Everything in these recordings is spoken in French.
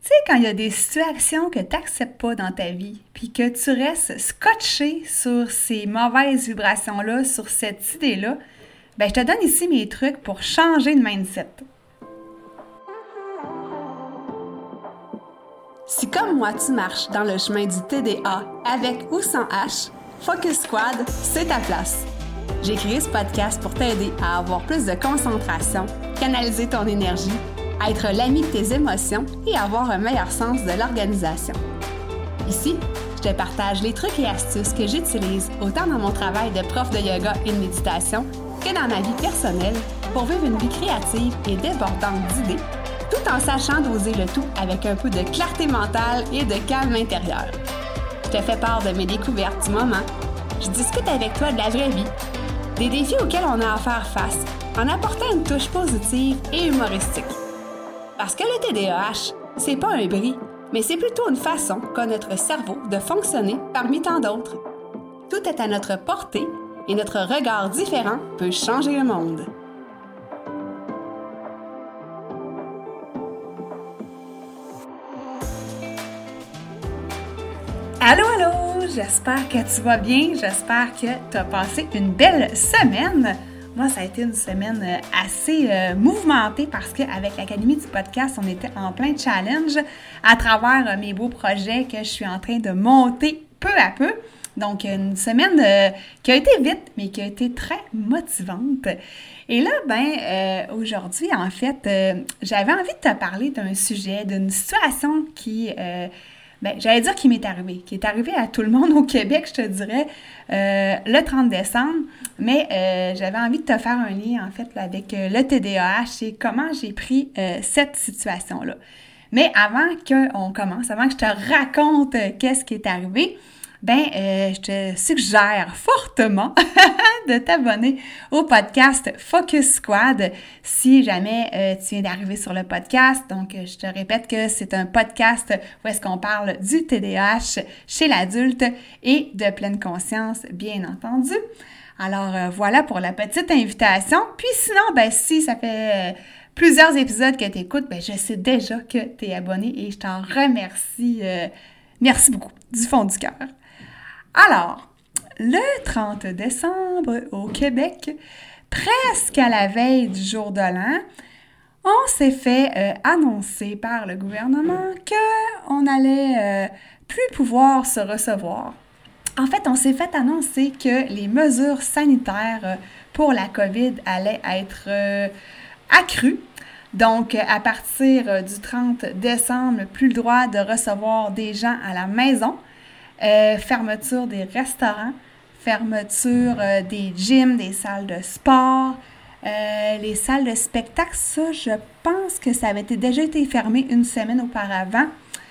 quand il y a des situations que tu n'acceptes pas dans ta vie, puis que tu restes scotché sur ces mauvaises vibrations-là, sur cette idée-là, ben je te donne ici mes trucs pour changer de mindset. Si comme moi tu marches dans le chemin du TDA avec ou sans H, Focus Squad, c'est ta place. J'ai créé ce podcast pour t'aider à avoir plus de concentration, canaliser ton énergie, être l'ami de tes émotions et avoir un meilleur sens de l'organisation. Ici, je te partage les trucs et astuces que j'utilise autant dans mon travail de prof de yoga et de méditation que dans ma vie personnelle pour vivre une vie créative et débordante d'idées, tout en sachant doser le tout avec un peu de clarté mentale et de calme intérieur. Je te fais part de mes découvertes du moment, je discute avec toi de la vraie vie, des défis auxquels on a à faire face en apportant une touche positive et humoristique. Parce que le TDAH, c'est pas un bris, mais c'est plutôt une façon qu'a notre cerveau de fonctionner parmi tant d'autres. Tout est à notre portée et notre regard différent peut changer le monde. Allô, allô! J'espère que tu vas bien, j'espère que tu as passé une belle semaine. Moi, ça a été une semaine assez mouvementée parce qu'avec l'Académie du podcast, on était en plein challenge à travers mes beaux projets que je suis en train de monter peu à peu. Donc, une semaine qui a été vite, mais qui a été très motivante. Et là, aujourd'hui, en fait, j'avais envie de te parler d'un sujet, d'une situation qui... j'allais dire qui m'est arrivé, qui est arrivé à tout le monde au Québec, je te dirais, le 30 décembre. Mais j'avais envie de te faire un lien, en fait, là, avec le TDAH et comment j'ai pris cette situation-là. Mais avant qu'on commence, avant que je te raconte qu'est-ce qui est arrivé, je te suggère fortement de t'abonner au podcast Focus Squad si jamais tu viens d'arriver sur le podcast. Donc, je te répète que c'est un podcast où est-ce qu'on parle du TDAH chez l'adulte et de pleine conscience, bien entendu. Alors, voilà pour la petite invitation. Puis sinon, si ça fait plusieurs épisodes que tu écoutes, je sais déjà que tu es abonné et je t'en remercie. Merci beaucoup, du fond du cœur. Alors, le 30 décembre au Québec, presque à la veille du jour de l'an, on s'est fait annoncer par le gouvernement qu'on allait plus pouvoir se recevoir. En fait, on s'est fait annoncer que les mesures sanitaires pour la COVID allaient être accrues. Donc, à partir du 30 décembre, plus le droit de recevoir des gens à la maison. Fermeture des restaurants, fermeture des gyms, des salles de sport, les salles de spectacle, ça, je pense que ça avait déjà été fermé une semaine auparavant.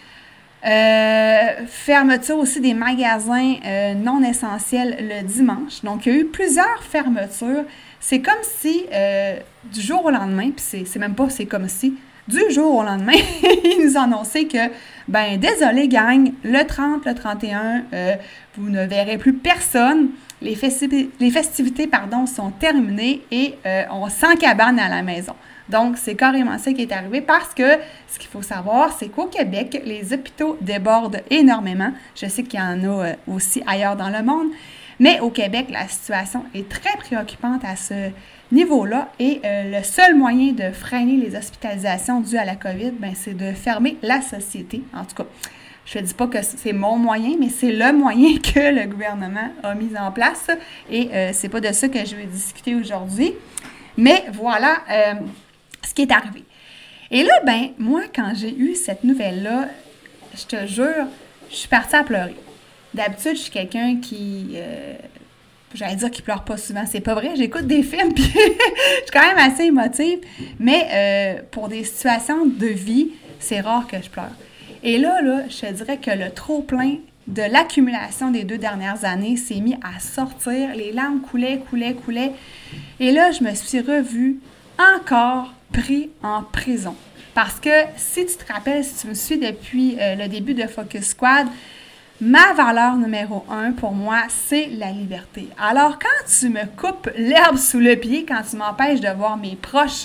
Fermeture aussi des magasins non essentiels le dimanche. Donc, il y a eu plusieurs fermetures. C'est comme si, du jour au lendemain, puis c'est même pas c'est comme si, du jour au lendemain, ils nous annonçaient que, désolé gang, le 30, le 31, vous ne verrez plus personne. Les festivités, sont terminées et on s'encabane à la maison. Donc, c'est carrément ça qui est arrivé parce que ce qu'il faut savoir, c'est qu'au Québec, les hôpitaux débordent énormément. Je sais qu'il y en a aussi ailleurs dans le monde, mais au Québec, la situation est très préoccupante à ce niveau-là et le seul moyen de freiner les hospitalisations dues à la COVID, c'est de fermer la société. En tout cas, je ne dis pas que c'est mon moyen, mais c'est le moyen que le gouvernement a mis en place et c'est pas de ça que je vais discuter aujourd'hui. Mais voilà ce qui est arrivé. Et là, moi, quand j'ai eu cette nouvelle-là, je te jure, je suis partie à pleurer. D'habitude, je suis quelqu'un qui... j'allais dire qu'il pleure pas souvent, c'est pas vrai, j'écoute des films puis je suis quand même assez émotive, mais pour des situations de vie, c'est rare que je pleure. Et là, je te dirais que le trop-plein de l'accumulation des 2 dernières années s'est mis à sortir, les larmes coulaient, et là, je me suis revue encore pris en prison. Parce que, si tu te rappelles, si tu me suis depuis le début de Focus Squad, ma valeur numéro 1 pour moi, c'est la liberté. Alors, quand tu me coupes l'herbe sous le pied, quand tu m'empêches de voir mes proches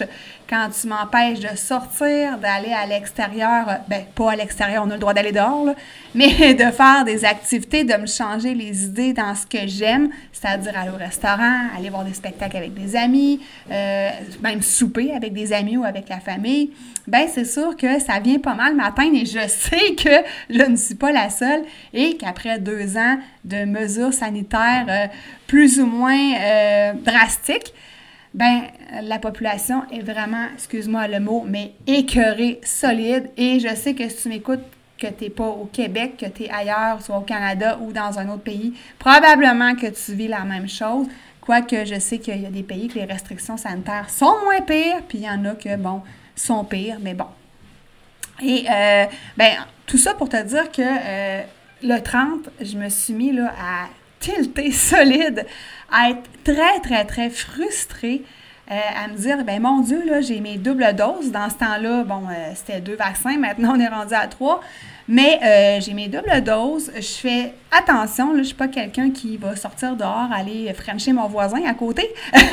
quand tu m'empêches de sortir, d'aller à l'extérieur, pas à l'extérieur, on a le droit d'aller dehors, là, mais de faire des activités, de me changer les idées dans ce que j'aime, c'est-à-dire aller au restaurant, aller voir des spectacles avec des amis, même souper avec des amis ou avec la famille, c'est sûr que ça vient pas mal m'atteindre et je sais que je ne suis pas la seule et qu'après 2 ans de mesures sanitaires plus ou moins drastiques, la population est vraiment, excuse-moi le mot, mais écœurée, solide. Et je sais que si tu m'écoutes, que tu n'es pas au Québec, que tu es ailleurs, soit au Canada ou dans un autre pays, probablement que tu vis la même chose. Quoique je sais qu'il y a des pays que les restrictions sanitaires sont moins pires, puis il y en a que, sont pires, mais bon. Et, tout ça pour te dire que le 30, je me suis mis là à tilter solide, à être très, très, très frustrée, à me dire, mon Dieu, là, j'ai mes doubles doses. Dans ce temps-là, c'était 2 vaccins, maintenant on est rendu à 3. Mais j'ai mes doubles doses. Je fais attention, là, je ne suis pas quelqu'un qui va sortir dehors, aller frencher mon voisin à côté.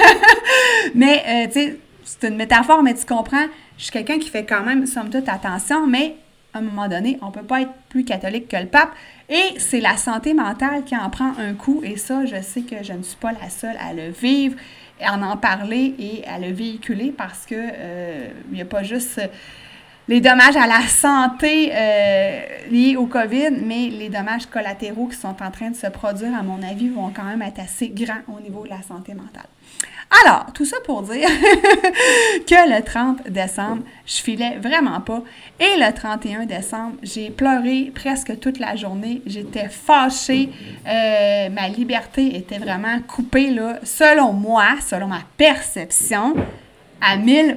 Mais, tu sais, c'est une métaphore, mais tu comprends, je suis quelqu'un qui fait quand même, somme toute, attention, mais à un moment donné, on ne peut pas être plus catholique que le pape. Et c'est la santé mentale qui en prend un coup. Et ça, je sais que je ne suis pas la seule à le vivre, à en parler et à le véhiculer parce que il n'y a pas juste les dommages à la santé liés au COVID, mais les dommages collatéraux qui sont en train de se produire, à mon avis, vont quand même être assez grands au niveau de la santé mentale. Alors, tout ça pour dire que le 30 décembre, je filais vraiment pas. Et le 31 décembre, j'ai pleuré presque toute la journée. J'étais fâchée. Ma liberté était vraiment coupée, là, selon moi, selon ma perception, à 1000%.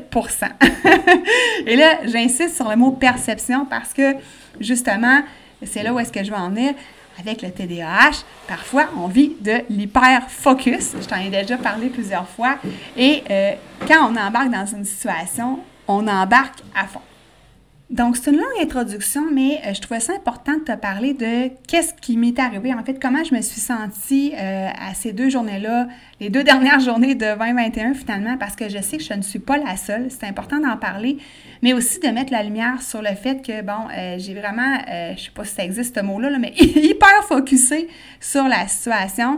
Et là, j'insiste sur le mot perception parce que, justement, c'est là où est-ce que je vais en venir. Avec le TDAH, parfois, on vit de l'hyper-focus. Je t'en ai déjà parlé plusieurs fois. Et quand on embarque dans une situation, on embarque à fond. Donc, c'est une longue introduction, mais je trouvais ça important de te parler de qu'est-ce qui m'est arrivé. En fait, comment je me suis sentie à ces 2 journées-là, les 2 dernières journées de 2021 finalement, parce que je sais que je ne suis pas la seule. C'est important d'en parler, mais aussi de mettre la lumière sur le fait que, j'ai vraiment, je ne sais pas si ça existe ce mot-là, là, mais hyper focusée sur la situation.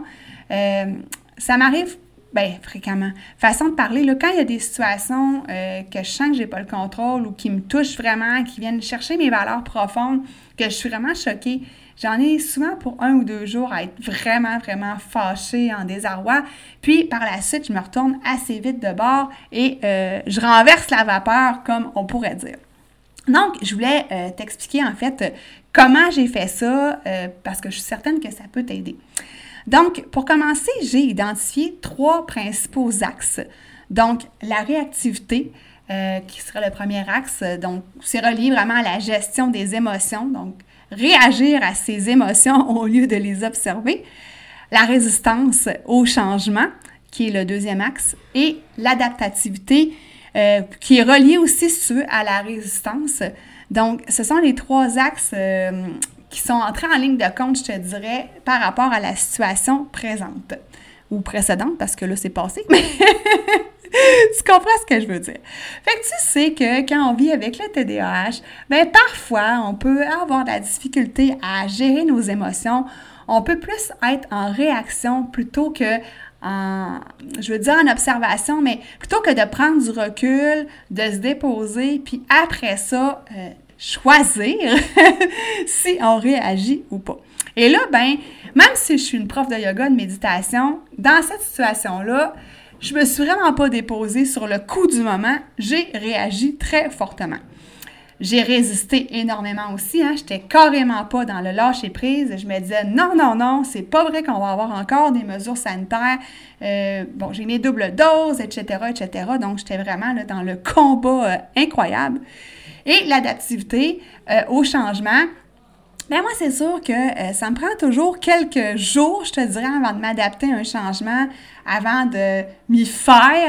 Ça m'arrive fréquemment. Façon de parler, là, quand il y a des situations que je sens que je n'ai pas le contrôle ou qui me touchent vraiment, qui viennent chercher mes valeurs profondes, que je suis vraiment choquée, j'en ai souvent pour 1 ou 2 jours à être vraiment, vraiment fâchée, en désarroi. Puis, par la suite, je me retourne assez vite de bord et je renverse la vapeur, comme on pourrait dire. Donc, je voulais t'expliquer, en fait, comment j'ai fait ça, parce que je suis certaine que ça peut t'aider. Donc, pour commencer, j'ai identifié 3 principaux axes. Donc, la réactivité, qui sera le premier axe, donc c'est relié vraiment à la gestion des émotions, donc réagir à ces émotions au lieu de les observer. La résistance au changement, qui est le 2e axe, et l'adaptativité, qui est reliée aussi, si tu veux, à la résistance. Donc, ce sont les 3 axes qui sont entrés en ligne de compte, je te dirais, par rapport à la situation présente ou précédente, parce que là, c'est passé, mais tu comprends ce que je veux dire. Fait que tu sais que quand on vit avec le TDAH, parfois, on peut avoir de la difficulté à gérer nos émotions. On peut plus être en réaction plutôt que en observation, mais plutôt que de prendre du recul, de se déposer, puis après ça, choisir si on réagit ou pas. Et là, même si je suis une prof de yoga, de méditation, dans cette situation-là, je me suis vraiment pas déposée sur le coup du moment. J'ai réagi très fortement. J'ai résisté énormément aussi. J'étais carrément pas dans le lâcher-prise. Je me disais non, c'est pas vrai qu'on va avoir encore des mesures sanitaires. J'ai mes doubles doses, etc., etc. Donc, j'étais vraiment là, dans le combat incroyable. Et l'adaptivité au changement, moi, c'est sûr que ça me prend toujours quelques jours, je te dirais, avant de m'adapter à un changement, avant de m'y faire.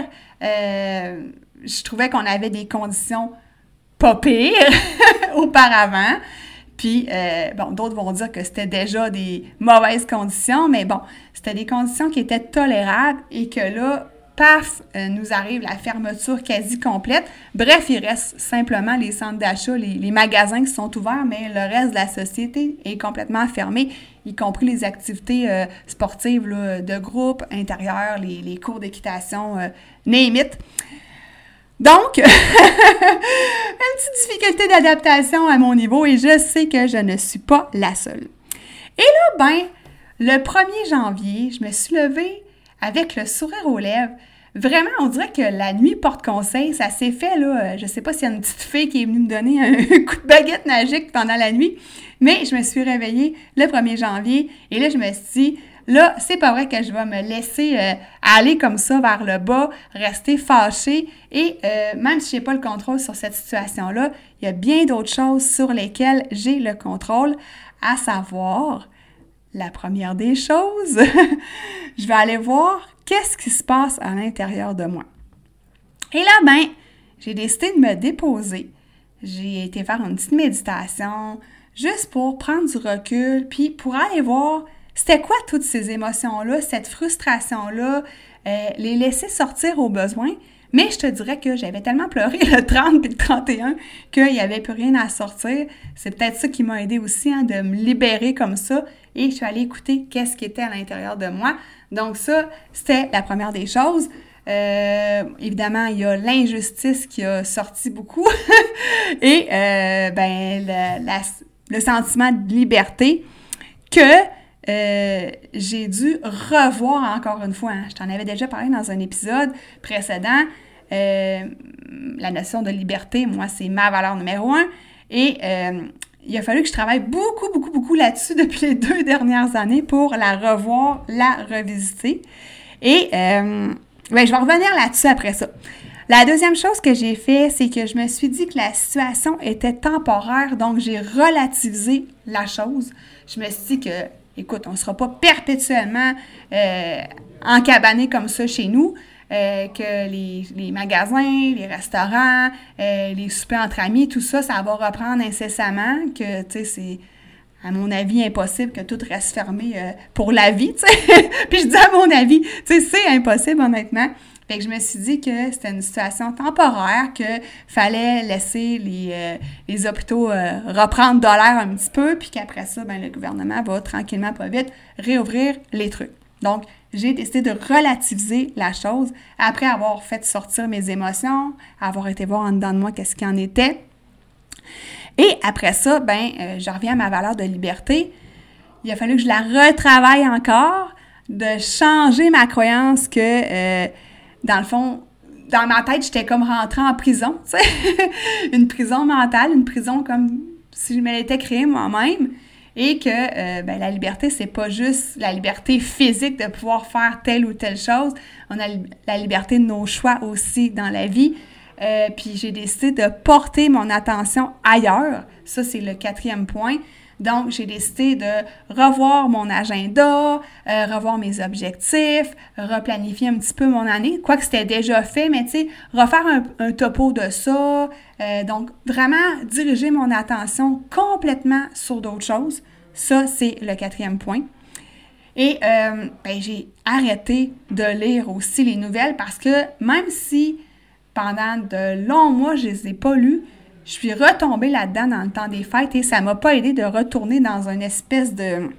Je trouvais qu'on avait des conditions pas pires auparavant. Puis, d'autres vont dire que c'était déjà des mauvaises conditions, mais c'était des conditions qui étaient tolérables et que là, paf, nous arrive la fermeture quasi complète. Bref, il reste simplement les centres d'achat, les magasins qui sont ouverts, mais le reste de la société est complètement fermé, y compris les activités sportives là, de groupe, intérieurs, les cours d'équitation, name it. Donc, une petite difficulté d'adaptation à mon niveau et je sais que je ne suis pas la seule. Et là, le 1er janvier, je me suis levée avec le sourire aux lèvres. Vraiment, on dirait que la nuit porte conseil. Ça s'est fait, là, je sais pas s'il y a une petite fée qui est venue me donner un coup de baguette magique pendant la nuit, mais je me suis réveillée le 1er janvier et là, je me suis dit, là, c'est pas vrai que je vais me laisser aller comme ça vers le bas, rester fâchée et même si j'ai pas le contrôle sur cette situation-là, il y a bien d'autres choses sur lesquelles j'ai le contrôle, à savoir, la première des choses, je vais aller voir qu'est-ce qui se passe à l'intérieur de moi. Et là, j'ai décidé de me déposer. J'ai été faire une petite méditation juste pour prendre du recul, puis pour aller voir c'était quoi toutes ces émotions-là, cette frustration-là, les laisser sortir au besoin. Mais je te dirais que j'avais tellement pleuré le 30 puis le 31 qu'il n'y avait plus rien à sortir. C'est peut-être ça qui m'a aidé aussi, de me libérer comme ça. Et je suis allée écouter qu'est-ce qui était à l'intérieur de moi. Donc ça, c'était la première des choses. Évidemment, il y a l'injustice qui a sorti beaucoup. Et le sentiment de liberté que j'ai dû revoir encore une fois. Je t'en avais déjà parlé dans un épisode précédent. La notion de liberté, moi, c'est ma valeur numéro 1. Et il a fallu que je travaille beaucoup là-dessus depuis les 2 dernières années pour la revoir, la revisiter. Et je vais revenir là-dessus après ça. La deuxième chose que j'ai fait, c'est que je me suis dit que la situation était temporaire, donc j'ai relativisé la chose. Je me suis dit que écoute, on ne sera pas perpétuellement encabanés comme ça chez nous, que les magasins, les restaurants, les soupers entre amis, tout ça, ça va reprendre incessamment, que, tu sais, c'est, à mon avis, impossible que tout reste fermé pour la vie, tu sais. Puis je dis à mon avis, tu sais, c'est impossible, honnêtement. Fait que je me suis dit que c'était une situation temporaire, qu'il fallait laisser les hôpitaux reprendre de l'air un petit peu, puis qu'après ça, le gouvernement va tranquillement, pas vite, réouvrir les trucs. Donc, j'ai décidé de relativiser la chose après avoir fait sortir mes émotions, avoir été voir en dedans de moi qu'est-ce qu'il en était. Et après ça, je reviens à ma valeur de liberté. Il a fallu que je la retravaille encore, de changer ma croyance que... dans le fond, dans ma tête, j'étais comme rentrée en prison, tu sais, une prison mentale, une prison comme si je me l'étais créée moi-même, et que la liberté, c'est pas juste la liberté physique de pouvoir faire telle ou telle chose, on a la liberté de nos choix aussi dans la vie, puis j'ai décidé de porter mon attention ailleurs, ça c'est le 4e point. Donc, j'ai décidé de revoir mon agenda, revoir mes objectifs, replanifier un petit peu mon année, quoique c'était déjà fait, mais tu sais, refaire un topo de ça. Donc, vraiment diriger mon attention complètement sur d'autres choses. Ça, c'est le 4e point. Et j'ai arrêté de lire aussi les nouvelles parce que même si pendant de longs mois, je ne les ai pas lues, je suis retombée là-dedans dans le temps des fêtes et ça ne m'a pas aidé de retourner dans une espèce de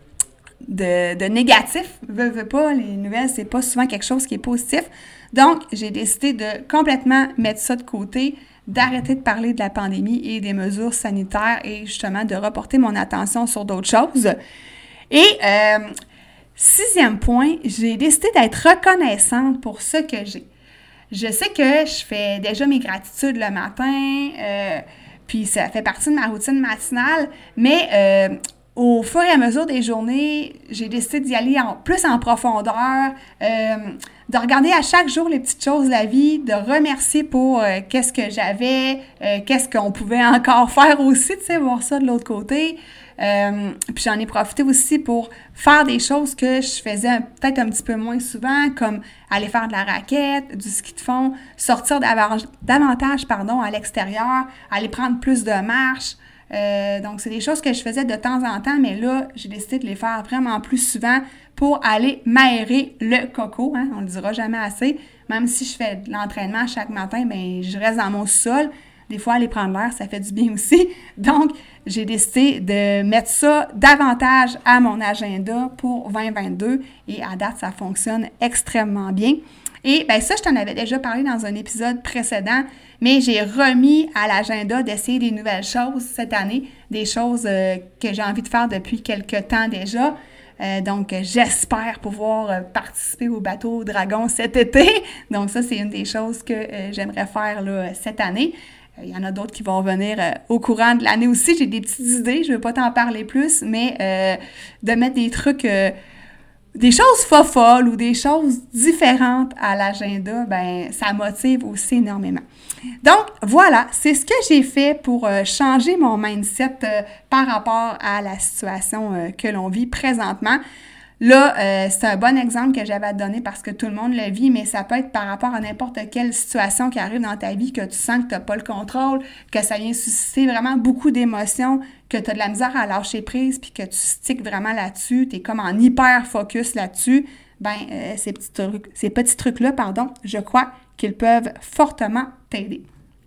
négatif. Veux pas, les nouvelles, c'est pas souvent quelque chose qui est positif. Donc, j'ai décidé de complètement mettre ça de côté, d'arrêter de parler de la pandémie et des mesures sanitaires et justement de reporter mon attention sur d'autres choses. Et 6e point, j'ai décidé d'être reconnaissante pour ce que j'ai. Je sais que je fais déjà mes gratitudes le matin, puis ça fait partie de ma routine matinale, mais au fur et à mesure des journées, j'ai décidé d'y aller plus en profondeur, de regarder à chaque jour les petites choses de la vie, de remercier pour qu'est-ce que j'avais, qu'est-ce qu'on pouvait encore faire aussi, tu sais, voir ça de l'autre côté. Puis j'en ai profité aussi pour faire des choses que je faisais peut-être un petit peu moins souvent, comme aller faire de la raquette, du ski de fond, sortir davantage à l'extérieur, aller prendre plus de marches, Donc, c'est des choses que je faisais de temps en temps, mais là, j'ai décidé de les faire vraiment plus souvent pour aller m'aérer le coco. Hein? On ne le dira jamais assez. Même si je fais de l'entraînement chaque matin, bien, je reste dans mon sol. Des fois, aller prendre l'air, ça fait du bien aussi. Donc, j'ai décidé de mettre ça davantage à mon agenda pour 2022 et à date, ça fonctionne extrêmement bien. Et bien ça, je t'en avais déjà parlé dans un épisode précédent, mais j'ai remis à l'agenda d'essayer des nouvelles choses cette année, des choses que j'ai envie de faire depuis quelques temps déjà. Donc, j'espère pouvoir participer au bateau Dragon cet été. Donc, ça, c'est une des choses que j'aimerais faire là, cette année. Il y en a d'autres qui vont venir au courant de l'année aussi. J'ai des petites idées, je ne veux pas t'en parler plus, mais de mettre des trucs... des choses folles ou des choses différentes à l'agenda, ben ça motive aussi énormément. Donc, voilà, c'est ce que j'ai fait pour changer mon mindset par rapport à la situation que l'on vit présentement. Là, c'est un bon exemple que j'avais à te donner parce que tout le monde le vit, mais ça peut être par rapport à n'importe quelle situation qui arrive dans ta vie que tu sens que tu n'as pas le contrôle, que ça vient susciter vraiment beaucoup d'émotions, que tu as de la misère à lâcher prise puis que tu sticks vraiment là-dessus, tu es comme en hyper focus là-dessus, bien, ces petits trucs-là, je crois qu'ils peuvent fortement t'aider.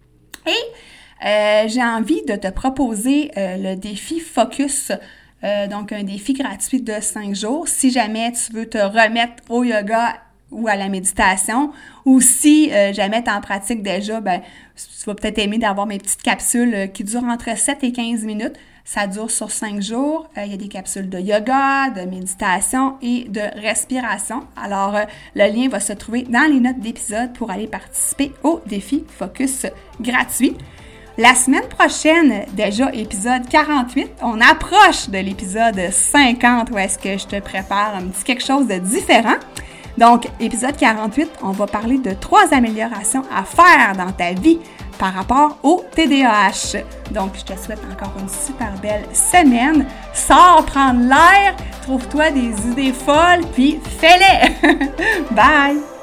Et j'ai envie de te proposer le défi Focus. Donc, un défi gratuit de 5 jours. Si jamais tu veux te remettre au yoga ou à la méditation, ou si jamais tu en pratiques déjà, ben, tu vas peut-être aimer d'avoir mes petites capsules qui durent entre 7 et 15 minutes. Ça dure sur 5 jours. Il y a des capsules de yoga, de méditation et de respiration. Alors, le lien va se trouver dans les notes d'épisode pour aller participer au défi Focus gratuit. La semaine prochaine, déjà épisode 48, on approche de l'épisode 50 où est-ce que je te prépare un petit quelque chose de différent. Donc, épisode 48, on va parler de 3 améliorations à faire dans ta vie par rapport au TDAH. Donc, je te souhaite encore une super belle semaine. Sors prendre l'air, trouve-toi des idées folles, puis fais-les! Bye!